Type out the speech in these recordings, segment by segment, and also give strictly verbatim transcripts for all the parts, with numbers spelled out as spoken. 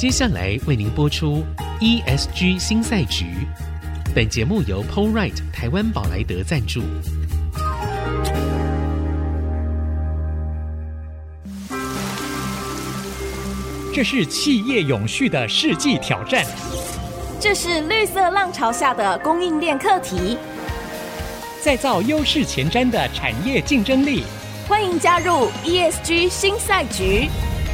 接下来为您播出 E S G 新赛局。本节目由 POLRIGHT 台湾宝莱德赞助。 这是企业永续的世纪挑战， 这是绿色浪潮下的供应链课题， 再造优势前瞻的产业竞争力。 欢迎加入 E S G 新赛局，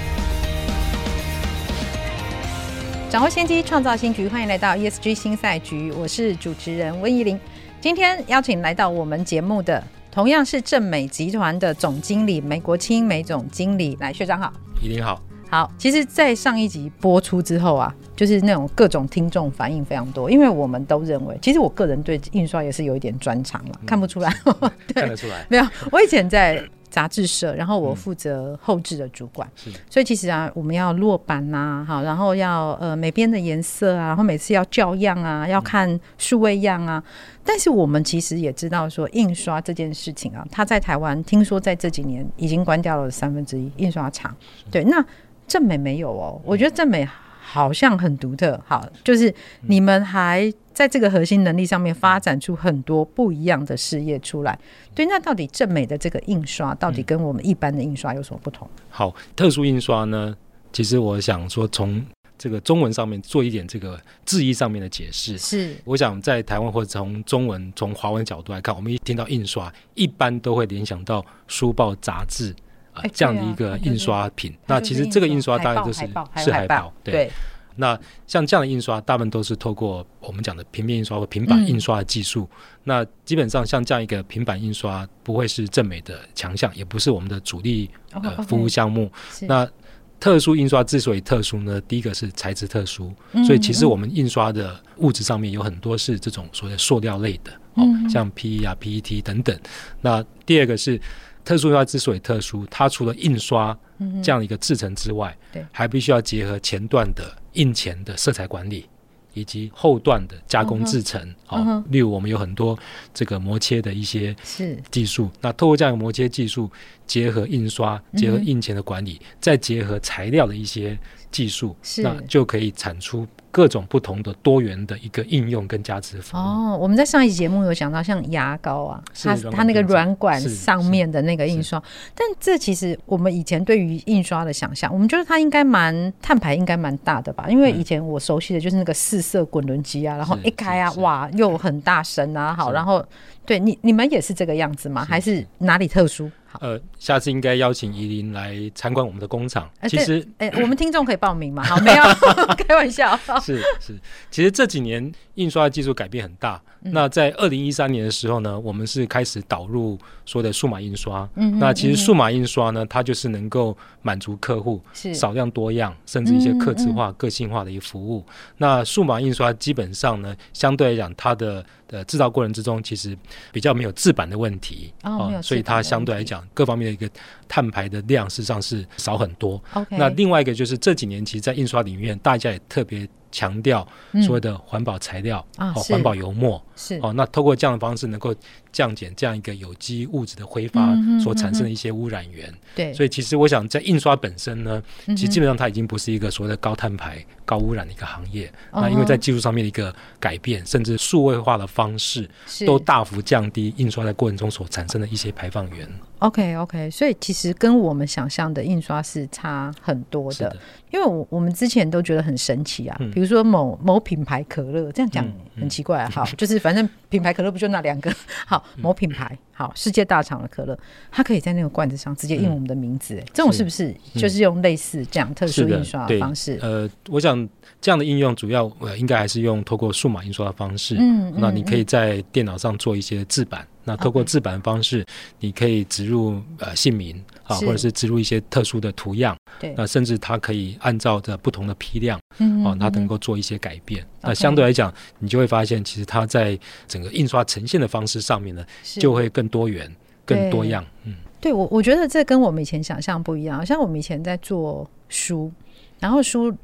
掌握先机，创造新局。欢迎来到 E S G 新赛局，我是主持人温怡玲。今天邀请来到我们节目的，同样是正美集团的总经理美国青美总经理，来，学长好。 怡玲好。 好，其实在上一集播出之后啊，就是那种各种听众反应非常多，因为我们都认为，其实我个人对印刷也是有一点专长了、嗯、看不出来看得出来。 没有，我以前在杂志社，然后我负责后制的主管、嗯、所以其实啊，我们要落版啊，好，然后要呃每边的颜色啊，然后每次要校样啊，要看数位样啊、嗯、但是我们其实也知道说印刷这件事情啊，它在台湾听说在这几年已经关掉了三分之一印刷厂。对，那正美没有哦，我觉得正美好像很独特。好，就是你们还在这个核心能力上面发展出很多不一样的事业出来。对，那到底正美的这个印刷到底跟我们一般的印刷有什么不同？ 好，特殊印刷呢，其实我想说从这个中文上面做一点这个字义上面的解释。 是， 我想在台湾或者从中文从华文角度来看，我们一听到印刷一般都会联想到书报杂志呃、这样的一个印刷品、啊、那其实这个印刷大概就是是海报。 对, 对，那像这样的印刷大部分都是透过我们讲的平面印刷或平板印刷的技术、嗯、那基本上像这样一个平板印刷不会是正美的强项，也不是我们的主力、呃 oh, okay. 服务项目。那特殊印刷之所以特殊呢，第一个是材质特殊、嗯、所以其实我们印刷的物质上面有很多是这种所谓的塑料类的、嗯哦、像 P E 啊 P E T 等等。那第二个是特殊印刷之所以特殊，它除了印刷这样的一个制程之外、嗯、还必须要结合前段的印前的色彩管理，以及后段的加工制程、嗯哦、例如我们有很多这个磨切的一些技术，那透过这样的磨切技术结合印刷，结合印前的管理、嗯、再结合材料的一些技术，那就可以产出各种不同的多元的一个应用跟价值服务。哦， 我们在上一集节目有讲到像牙膏啊，它它那个软管上面的那个印刷，但这其实我们以前对于印刷的想象，我们觉得它应该蛮碳排应该蛮大的吧，因为以前我熟悉的就是那个四色滚轮机啊，然后一开啊哇又很大声啊，好，然后对你你们也是这个样子吗？还是哪里特殊？ 呃，下次应该邀请怡琳来参观我们的工厂。呃、其实， 哎、欸，我们听众可以报名吗？好，没有，开玩笑。 是是，其实这几年印刷的技术改变很大。嗯、那在二零一三年的时候呢，我们是开始导入所谓的数码印刷。嗯，那其实数码印刷呢，它就是能够满足客户少量多样，甚至一些客制化、嗯、个性化的一个服务。那数码印刷基本上呢，相对来讲，它的呃制造过程之中其实比较没有制版的问题。哦，呃、所以它相对来讲各方面的一个碳排的量事实上是少很多。Okay. 那另外一个就是这几年其实在印刷领域面大家也特别强调所谓的环保材料、嗯哦、环保油墨是、哦、那透过这样的方式能够降减这样一个有机物质的挥发所产生的一些污染源、嗯、对，所以其实我想在印刷本身呢，其实基本上它已经不是一个所谓的高碳排高污染的一个行业、嗯、那因为在技术上面的一个改变，甚至数位化的方式都大幅降低印刷在过程中所产生的一些排放源。 OK OK， 所以其实跟我们想象的印刷是差很多 的, 的因为 我, 我们之前都觉得很神奇啊、嗯、比如说某某品牌可乐，这样讲很奇怪啊、嗯嗯、好，就是反正品牌可乐不就那两个好，某品牌好世界大厂的可乐，它可以在那个罐子上直接印我们的名字、嗯、这种是不是就是用类似这样特殊印刷的方式？ 呃，我想这样的应用主要、呃、应该还是用透过数码印刷的方式、嗯嗯、那你可以在电脑上做一些制版，那透过制版的方式、okay. 你可以植入、呃、姓名啊，或者是植入一些特殊的图样，对，那甚至它可以按照的不同的批量、嗯啊、它能够做一些改变、嗯、那相对来讲你就会发现其实它在整个印刷呈现的方式上面呢就会更多元更多样。 嗯，对，我我觉得这跟我们以前想象不一样，像我们以前在做书，然后书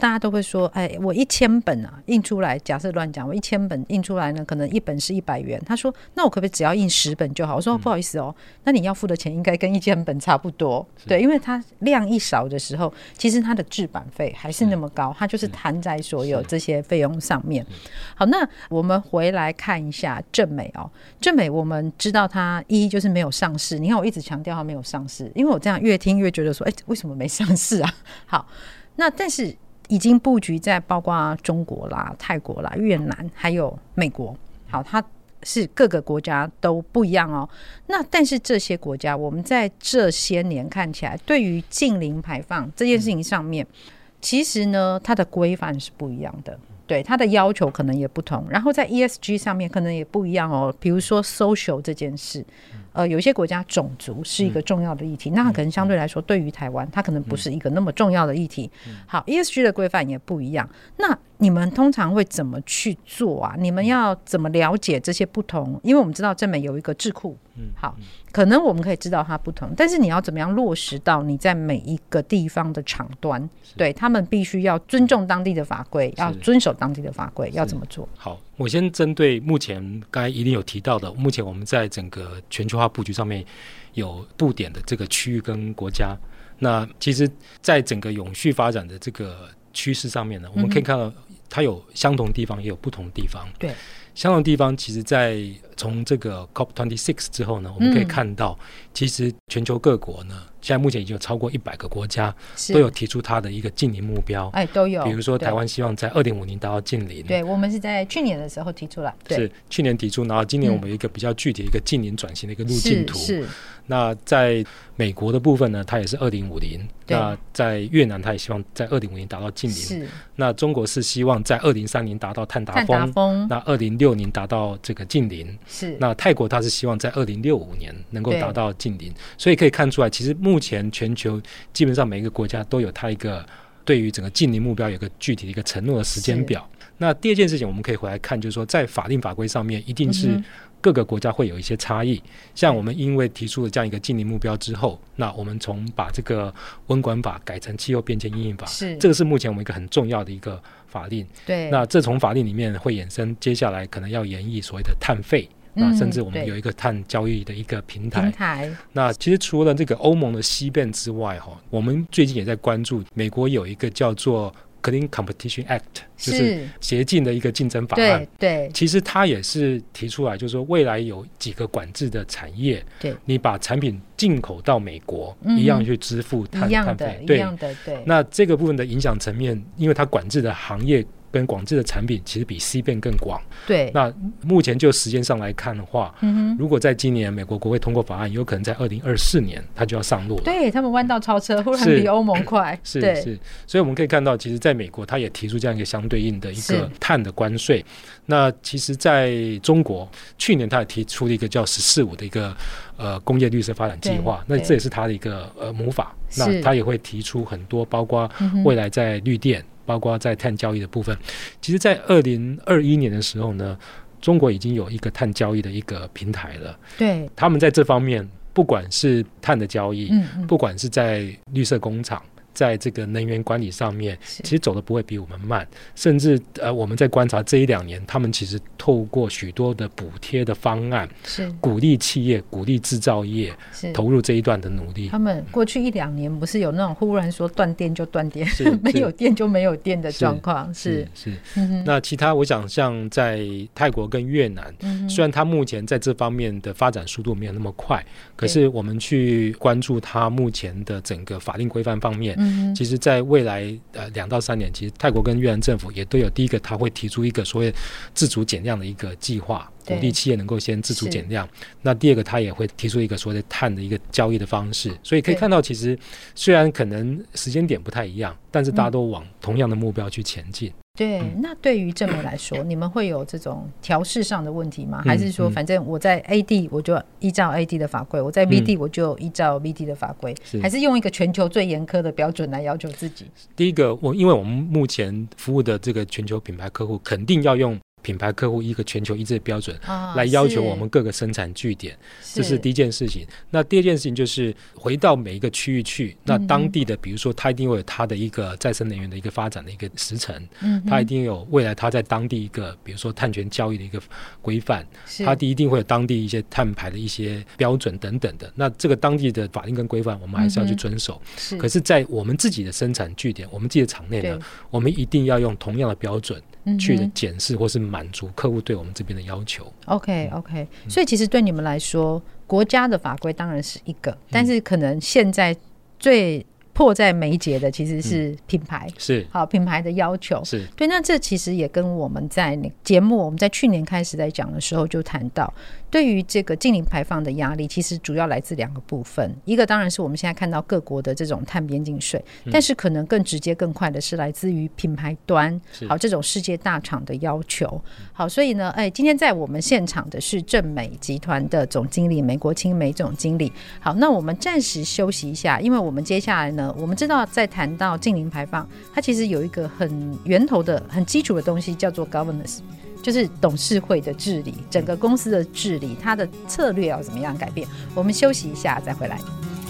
大家都会说，哎，我一千本啊印出来，假设乱讲，我一千本印出来呢，可能一本是一百元。他说，那我可不可以只要印十本就好？我说、嗯、不好意思哦，那你要付的钱应该跟一千本差不多，对，因为它量一少的时候，其实它的制版费还是那么高，它就是摊在所有这些费用上面。好，那我们回来看一下正美哦，正美我们知道它一就是没有上市，你看我一直强调它没有上市，因为我这样越听越觉得说，哎，为什么没上市啊？好，那但是已经布局在包括中国啦、泰国啦、越南还有美国，好，它是各个国家都不一样哦。那但是这些国家，我们在这些年看起来，对于净零排放这件事情上面，其实呢，它的规范是不一样的。对，它的要求可能也不同，然后在 E S G 上面可能也不一样哦。比如说 social 这件事，呃，有些国家种族是一个重要的议题，嗯、那可能相对来说对于台湾，它可能不是一个那么重要的议题。嗯、好 ，E S G 的规范也不一样。那你们通常会怎么去做啊？你们要怎么了解这些不同？因为我们知道正美有一个智库，好，可能我们可以知道它不同，但是你要怎么样落实到你在每一个地方的场端？对，他们必须要尊重当地的法规，要遵守当地的法规，要怎么做？ 好，我先针对目前刚才一定有提到的，目前我们在整个全球化布局上面有布点的这个区域跟国家。那其实在整个永续发展的这个趋势上面呢，我们可以看到它有相同的地方也有不同的地方。 对， 相同的地方其实在从这个 C O P 二十六 之后呢，我们可以看到、嗯、其实全球各国呢现在目前已经有超过一百个国家都有提出它的一个净零目标， 哎，都有。 比如说台湾希望在二零五零达到净零， 对，我们是在去年的时候提出来，对， 是去年提出，然后今年我们有一个比较具体的一个净零转型的一个路径图。 是是。 那在美国的部分呢，它也是二零五零，那在越南它也希望在二零五零达到净零，是。那中国是希望在二零三零达到碳达峰，碳达峰，那二零六零达到这个净零，是。那泰国它是希望在二零六五年能够达到净零，所以可以看出来，其实目前全球基本上每一个国家都有它一个对于整个净零目标有一个具体的一个承诺的时间表。那第二件事情我们可以回来看，就是说在法令法规上面一定是各个国家会有一些差异、嗯、像我们因为提出了这样一个净零目标之后，那我们从把这个温管法改成气候变迁因应法，是这个是目前我们一个很重要的一个法令。对，那这从法令里面会衍生接下来可能要研议所谓的碳费，那甚至我们有一个碳交易的一个平台。平台那其实除了这个欧盟的西变之外，我们最近也在关注美国有一个叫做 Clean Competition Act， 就是洁净的一个竞争法案。对，对，其实它也是提出来，就是说未来有几个管制的产业，对，你把产品进口到美国，嗯、一样去支付碳碳费，对，一样的，对。那这个部分的影响层面，因为它管制的行业跟管制的产品其实比西变更广。对，那目前就时间上来看的话、嗯、如果在今年美国国会通过法案，有可能在二零二四年它就要上路了。对，他们弯道超车，忽然比欧盟快。是是是，所以我们可以看到，其实在美国它也提出这样一个相对应的一个碳的关税。那其实在中国去年它也提出了一个叫十四五的一个呃工业绿色发展计划，那这也是它的一个呃母法。那它也会提出很多包括未来在绿电、嗯、包括在碳交易的部分。其实在二零二一年的时候呢，中国已经有一个碳交易的一个平台了。对，他们在这方面不管是碳的交易、嗯嗯、不管是在绿色工厂，在这个能源管理上面其实走的不会比我们慢，甚至呃我们在观察这一两年，他们其实透过许多的补贴的方案，是鼓励企业、鼓励制造业投入这一段的努力。他们过去一两年不是有那种忽然说断电就断电，没有电就没有电的状况，是 是, 是、嗯、那其他我想像在泰国跟越南、嗯、虽然它目前在这方面的发展速度没有那么快，可是我们去关注它目前的整个法令规范方面，嗯、其实在未来呃两到三年，其实泰国跟越南政府也都有，第一个他会提出一个所谓自主减量的一个计划，鼓励企业能够先自主减量。那第二个他也会提出一个所谓的碳的一个交易的方式。所以可以看到，其实虽然可能时间点不太一样，但是大家都往同样的目标去前进。对、嗯、那对于正美来说，你们会有这种调试上的问题吗？还是说反正我在 A D 我就依照 A D 的法规，我在 V D 我就依照 V D 的法规、嗯、还是用一个全球最严苛的标准来要求自己？第一个，我因为我们目前服务的这个全球品牌客户肯定要用品牌客户一个全球一致的标准、哦、来要求我们各个生产据点，这是第一件事情。那第二件事情就是回到每一个区域去，那当地的比如说它一定会有它的一个再生能源的一个发展的一个时程、嗯、它一定有未来它在当地一个比如说碳权交易的一个规范，它一定会有当地一些碳排的一些标准等等的，那这个当地的法令跟规范我们还是要去遵守、嗯、是可是在我们自己的生产据点我们自己的厂内呢，我们一定要用同样的标准去检视或是满足客户对我们这边的要求。 OK OK、嗯、所以其实对你们来说国家的法规当然是一个、嗯、但是可能现在最迫在眉睫的其实是品牌、嗯、是好品牌的要求是对。那这其实也跟我们在节目我们在去年开始在讲的时候就谈到，对于这个净零排放的压力其实主要来自两个部分，一个当然是我们现在看到各国的这种碳边境税、嗯、但是可能更直接更快的是来自于品牌端好这种世界大厂的要求。好，所以呢哎，今天在我们现场的是正美集团的总经理美国青梅总经理。好，那我们暂时休息一下，因为我们接下来呢我们知道在谈到净零排放它其实有一个很源头的很基础的东西叫做 governance，就是董事会的治理，整个公司的治理，它的策略要怎么样改变。我们休息一下再回来。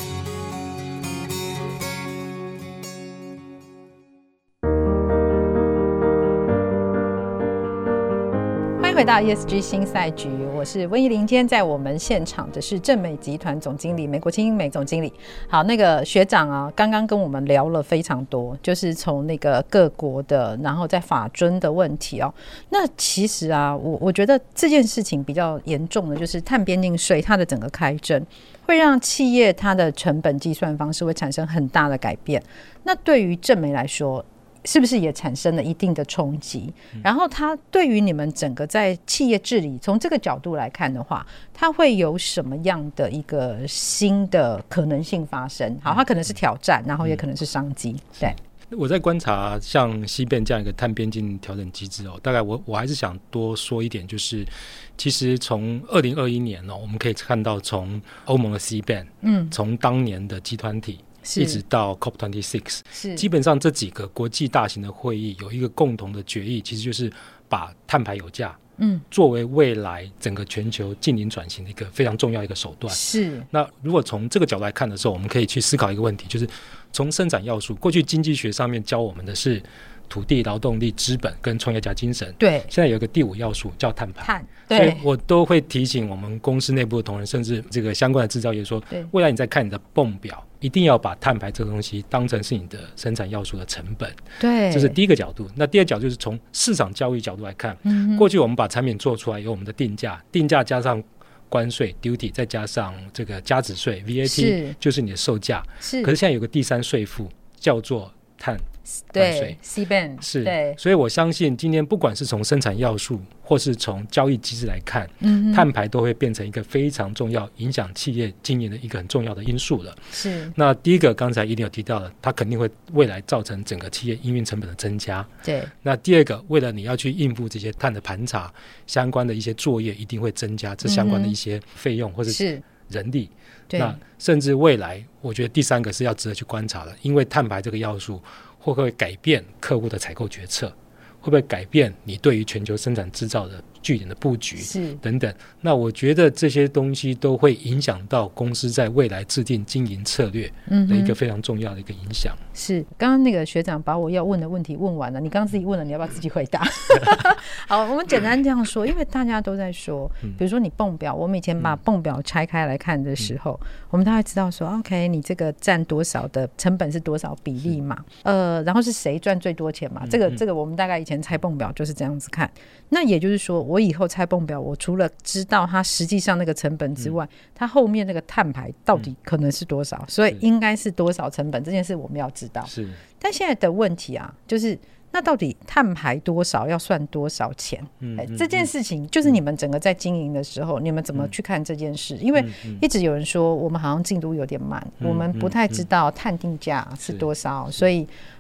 回到 E S G 新赛局，我是温怡玲。今天在我们现场的是正美集团总经理美国青梅总经理。好，那个学长啊，刚刚跟我们聊了非常多，就是从那个各国的，然后在法遵的问题哦。那其实啊，我我觉得这件事情比较严重的就是碳边境税，它的整个开征会让企业它的成本计算方式会产生很大的改变。那对于正美来说，是不是也产生了一定的冲击？然后它对于你们整个在企业治理从这个角度来看的话，它会有什么样的一个新的可能性发生？好，它可能是挑战，然后也可能是商机。对， 我在观察像西边这样一个碳边境调整机制哦，大概我我还是想多说一点，就是其实从二零二一年哦，我们可以看到从欧盟的 C B A N， 嗯，从当年的集团体一直到 C O P 二十六， 基本上这几个国际大型的会议有一个共同的决议，其实就是把碳排有价嗯，作为未来整个全球净零转型的一个非常重要的一个手段。是。那如果从这个角度来看的时候，我们可以去思考一个问题，就是从生产要素，过去经济学上面教我们的是土地、劳动力、资本跟创业家精神。对。现在有一个第五要素叫碳排。碳。对。所以我都会提醒我们公司内部的同仁，甚至这个相关的制造业说，未来你在看你的泵表，一定要把碳排这个东西当成是你的生产要素的成本。对。这是第一个角度。那第二个角度就是从市场交易角度来看，嗯、过去我们把产品做出来有我们的定价，定价加上关税 duty 再加上这个加值税 V A T 就是你的售价。是。可是现在有个第三税负叫做碳对 C B A N 是对，所以我相信今天不管是从生产要素或是从交易机制来看，嗯、碳排都会变成一个非常重要影响企业经营的一个很重要的因素了。是。那第一个刚才一定有提到的，它肯定会未来造成整个企业营运成本的增加。对。那第二个，为了你要去应付这些碳的盘查相关的一些作业，一定会增加这相关的一些费用或是人力。对。那甚至未来，我觉得第三个是要值得去观察的，因为碳排这个要素会不会改变客户的采购决策，会不会改变你对于全球生产制造的据点的布局等等。那我觉得这些东西都会影响到公司在未来制定经营策略的一个非常重要的一个影响。嗯、 是，刚刚那个学长把我要问的问题问完了，你刚刚自己问了，你要不要自己回答？好，我们简单这样说，因为大家都在说，比如说你泵表，我们以前把泵表拆开来看的时候，嗯、我们大概知道说 OK 你这个占多少的成本是多少比例嘛，呃，然后是谁赚最多钱嘛，嗯、这个这个我们大概以前拆泵表就是这样子看。那也就是说我以后拆泵表，我除了知道它实际上那个成本之外，嗯、它后面那个碳排到底可能是多少，嗯、所以应该是多少成本这件事我们要知道。是。但现在的问题啊，就是那到底碳排多少要算多少钱？嗯嗯、这件事情就是你们整个在经营的时候，嗯、你们怎么去看这件事？因为一直有人说我们好像进度有点慢，嗯、我们不太知道碳定价是多少，嗯、所以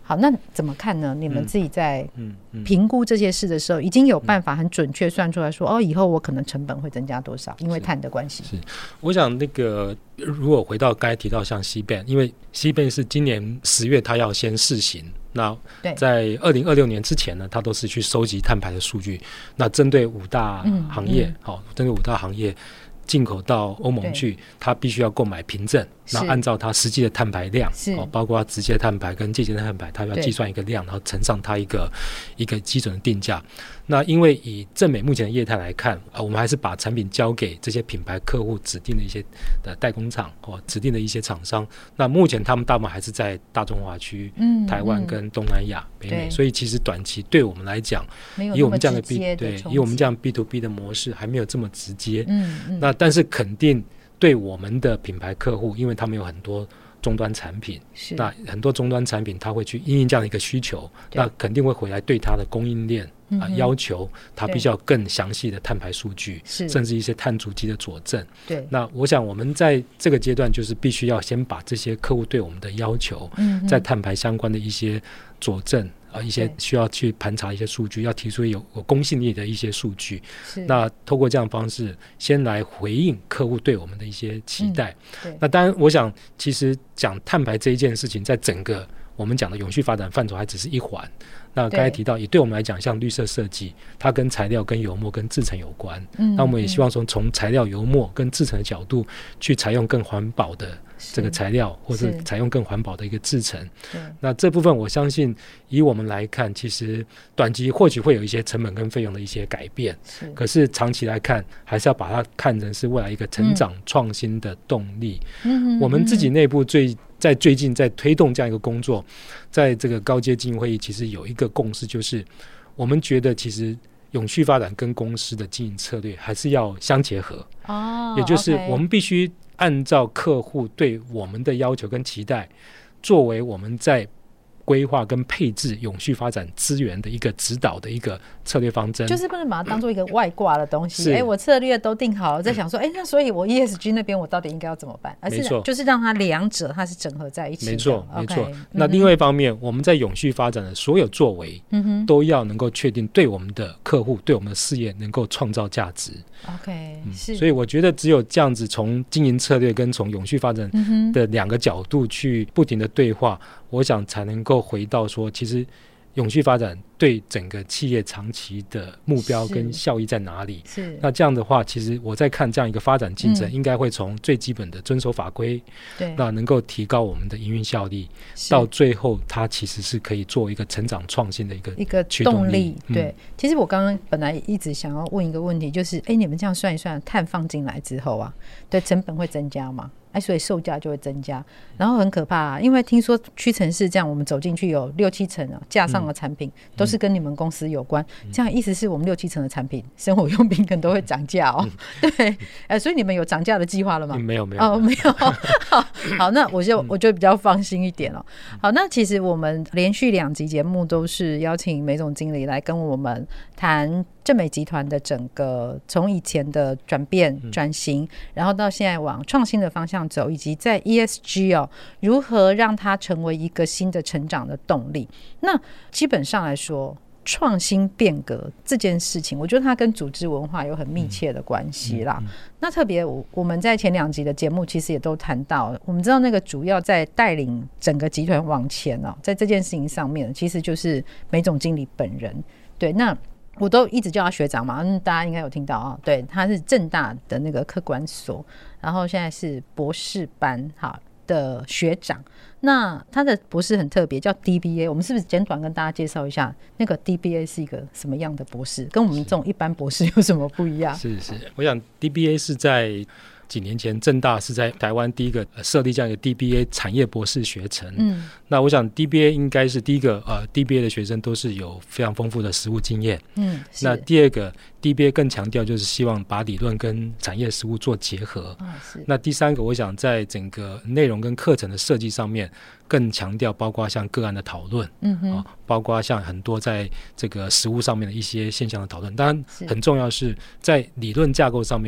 好，那怎么看呢？你们自己在评估这些事的时候，已经有办法很准确算出来说，哦，以后我可能成本会增加多少，因为碳的关系。 是，我想那个如果回到刚才提到像西贝，因为西贝是今年十月它要先试行，那在二零二六年之前呢，它都是去收集碳排的数据，那针对五大行业，好、嗯嗯，针对五大行业。进口到欧盟去，它必须要购买凭证，那按照它实际的碳排量，哦，包括直接碳排跟间接碳排，它要计算一个量，然后乘上它一个一个基准的定价。那因为以正美目前的业态来看，呃，我们还是把产品交给这些品牌客户指定的一些的代工厂或、哦、指定的一些厂商。那目前他们大部分还是在大中华区、嗯、台湾跟东南亚、北美，所以其实短期对我们来讲，以我们这样的 B 对以我们这样 B to B 的模式还没有这么直接。嗯嗯，那但是肯定对我们的品牌客户，因为他们有很多终端产品，那很多终端产品他会去因应这样的一个需求，那肯定会回来对他的供应链啊、呃、要求他必须要更详细的碳排数据，甚至一些碳足迹的佐证。对，那我想我们在这个阶段就是必须要先把这些客户对我们的要求，嗯、在碳排相关的一些佐证。呃，一些需要去盘查一些数据，要提出有有公信力的一些数据。那透过这样的方式，先来回应客户对我们的一些期待。嗯、那当然，我想其实讲碳排这一件事情，在整个我们讲的永续发展范畴还只是一环。那刚才提到，也对我们来讲，像绿色设计，它跟材料、跟油墨、跟制成有关。嗯、那我们也希望说，从材料、油墨跟制成的角度，去采用更环保的这个材料，或者采用更环保的一个制成。那这部分，我相信以我们来看，其实短期或许会有一些成本跟费用的一些改变，是可是长期来看，还是要把它看成是未来一个成长创新的动力。嗯、我们自己内部最在最近在推动这样一个工作，在这个高阶经营会议，其实有一个共识，就是我们觉得其实永续发展跟公司的经营策略还是要相结合。哦，也就是我们必须按照客户对我们的要求跟期待，作为我们在规划跟配置永续发展资源的一个指导的一个策略方针，就是不能把它当做一个外挂的东西。哎，我策略都定好了，在想说，哎，那所以我 E S G 那边我到底应该要怎么办？而是就是让它两者它是整合在一起的。 没错，没错。Okay, 那另外一方面，嗯、我们在永续发展的所有作为，嗯、都要能够确定对我们的客户、对我们的事业能够创造价值。 OK，嗯、是。 所以我觉得只有这样子，从经营策略跟从永续发展的两个角度去不停的对话。我想才能够回到说，其实永续发展对整个企业长期的目标跟效益在哪里？是那这样的话，其实我在看这样一个发展进程，嗯、应该会从最基本的遵守法规，对，那能够提高我们的营运效率，到最后它其实是可以做一个成长创新的一个一个动力。嗯、对，其实我刚刚本来一直想要问一个问题，就是哎，你们这样算一算，碳放进来之后啊，对成本会增加吗？哎，所以售价就会增加，然后很可怕、啊，因为听说屈臣氏这样，我们走进去有六七成啊，架上的产品、嗯、都是跟你们公司有关，嗯、这样意思是我们六七成的产品，生活用品可能都会涨价哦。嗯、对，呃，所以你们有涨价的计划了吗？ 没有，没有， 哦，没有。好，好，那我就我就比较放心一点哦。好，那其实我们连续两集节目都是邀请梅总经理来跟我们谈正美集团的整个从以前的转变转型，然后到现在往创新的方向走，以及在 E S G 哦，如何让它成为一个新的成长的动力。那基本上来说，创新变革这件事情，我觉得它跟组织文化有很密切的关系啦。嗯嗯嗯、那特别我们在前两集的节目其实也都谈到，我们知道那个主要在带领整个集团往前哦，在这件事情上面，其实就是梅总经理本人。对，那我都一直叫他学长嘛，嗯，大家应该有听到啊。对，他是政大的那个科管所，然后现在是博士班好的学长。那他的博士很特别，叫 D B A。我们是不是简短跟大家介绍一下，那个 D B A 是一个什么样的博士，跟我们这种一般博士有什么不一样？是是， 我想 D B A 是在几年前，政大是在台湾第一个设立这样一个 D B A 产业博士学程。嗯，那我想 D B A 应该是第一个呃 D B A 的学生都是有非常丰富的实务经验。嗯，那第二个 D B A 更强调就是希望把理论跟产业实务做结合。哦、是那第三个，我想在整个内容跟课程的设计上面，更强调包括像个案的讨论，嗯哼、哦，包括像很多在这个实务上面的一些现象的讨论。当然，很重要是在理论架构上面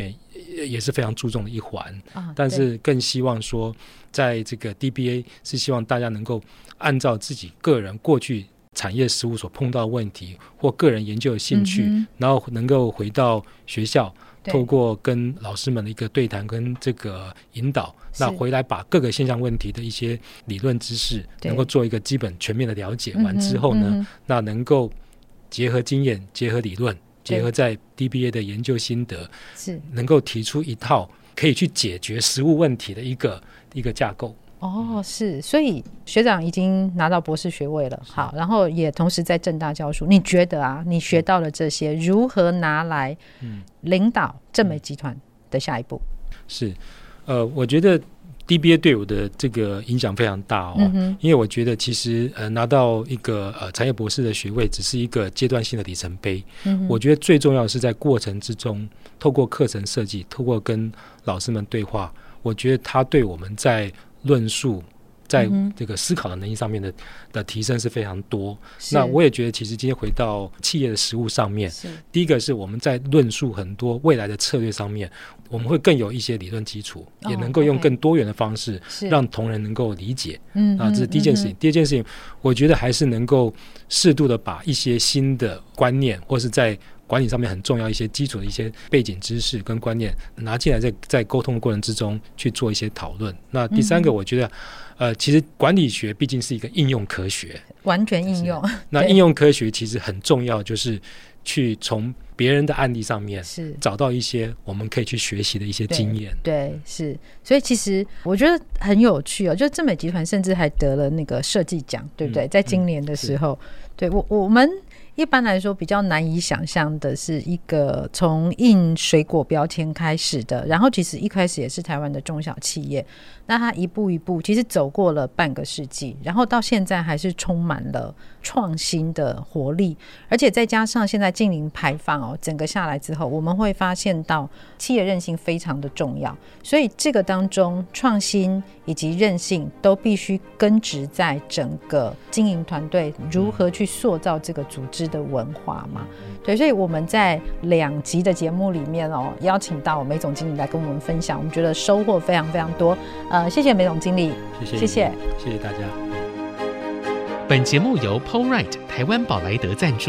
也是非常注重的一环、 啊、 但是更希望说在这个 D B A 是希望大家能够按照自己个人过去产业实务所碰到的问题或个人研究的兴趣、嗯、然后能够回到学校，透过跟老师们的一个对谈跟这个引导，那回来把各个现象问题的一些理论知识能够做一个基本全面的了解完之后呢、嗯、那能够结合经验结合理论结合在 D B A 的研究心得，是能够提出一套可以去解决实务问题的一个一个架构。 哦，是，所以学长已经拿到博士学位了，好，然后也同时在政大教书。你觉得啊，你学到了这些，如何拿来领导正美集团的下一步？ 嗯、是，呃，我觉得 D B A 对我的这个影响非常大哦，嗯、因为我觉得其实呃拿到一个呃产业博士的学位只是一个阶段性的里程碑，嗯、我觉得最重要的是在过程之中，透过课程设计，透过跟老师们对话，我觉得他对我们在论述在这个思考的能力上面 的,、嗯、的提升是非常多。那我也觉得其实今天回到企业的实务上面，第一个是我们在论述很多未来的策略上面，我们会更有一些理论基础、哦、也能够用更多元的方式让同仁能够理解、嗯、啊，这是第一件事情、嗯、第二件事情我觉得还是能够适度的把一些新的观念或是在管理上面很重要一些基础的一些背景知识跟观念拿进来，在在沟通的过程之中去做一些讨论。那第三个我觉得、嗯、呃，其实管理学毕竟是一个应用科学， 完全应用。 那应用科学其实很重要，就是去从别人的案例上面是找到一些我们可以去学习的一些经验。 对, 对是，所以其实我觉得很有趣哦，就正美集团甚至还得了那个设计奖，对不对、嗯、在今年的时候、嗯、对我我们一般来说比较难以想象的是一个从印水果标签开始的，然后其实一开始也是台湾的中小企业，那它一步一步其实走过了半个世纪，然后到现在还是充满了创新的活力，而且再加上现在净零排放哦，整个下来之后，我们会发现到企业韧性非常的重要，所以这个当中创新以及韧性都必须根植在整个经营团队如何去塑造这个组织的文化嘛。对，所以我们在两集的节目里面哦，邀请到梅总经理来跟我们分享，我们觉得收获非常非常多。呃，谢谢梅总经理， 谢谢， 谢谢， 谢谢大家。 本节目由 POLRIGHT 台湾宝莱德赞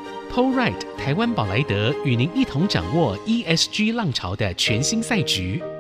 助。POLRIGHT 台湾宝莱德与您一同掌握 E S G 浪潮的全新赛局。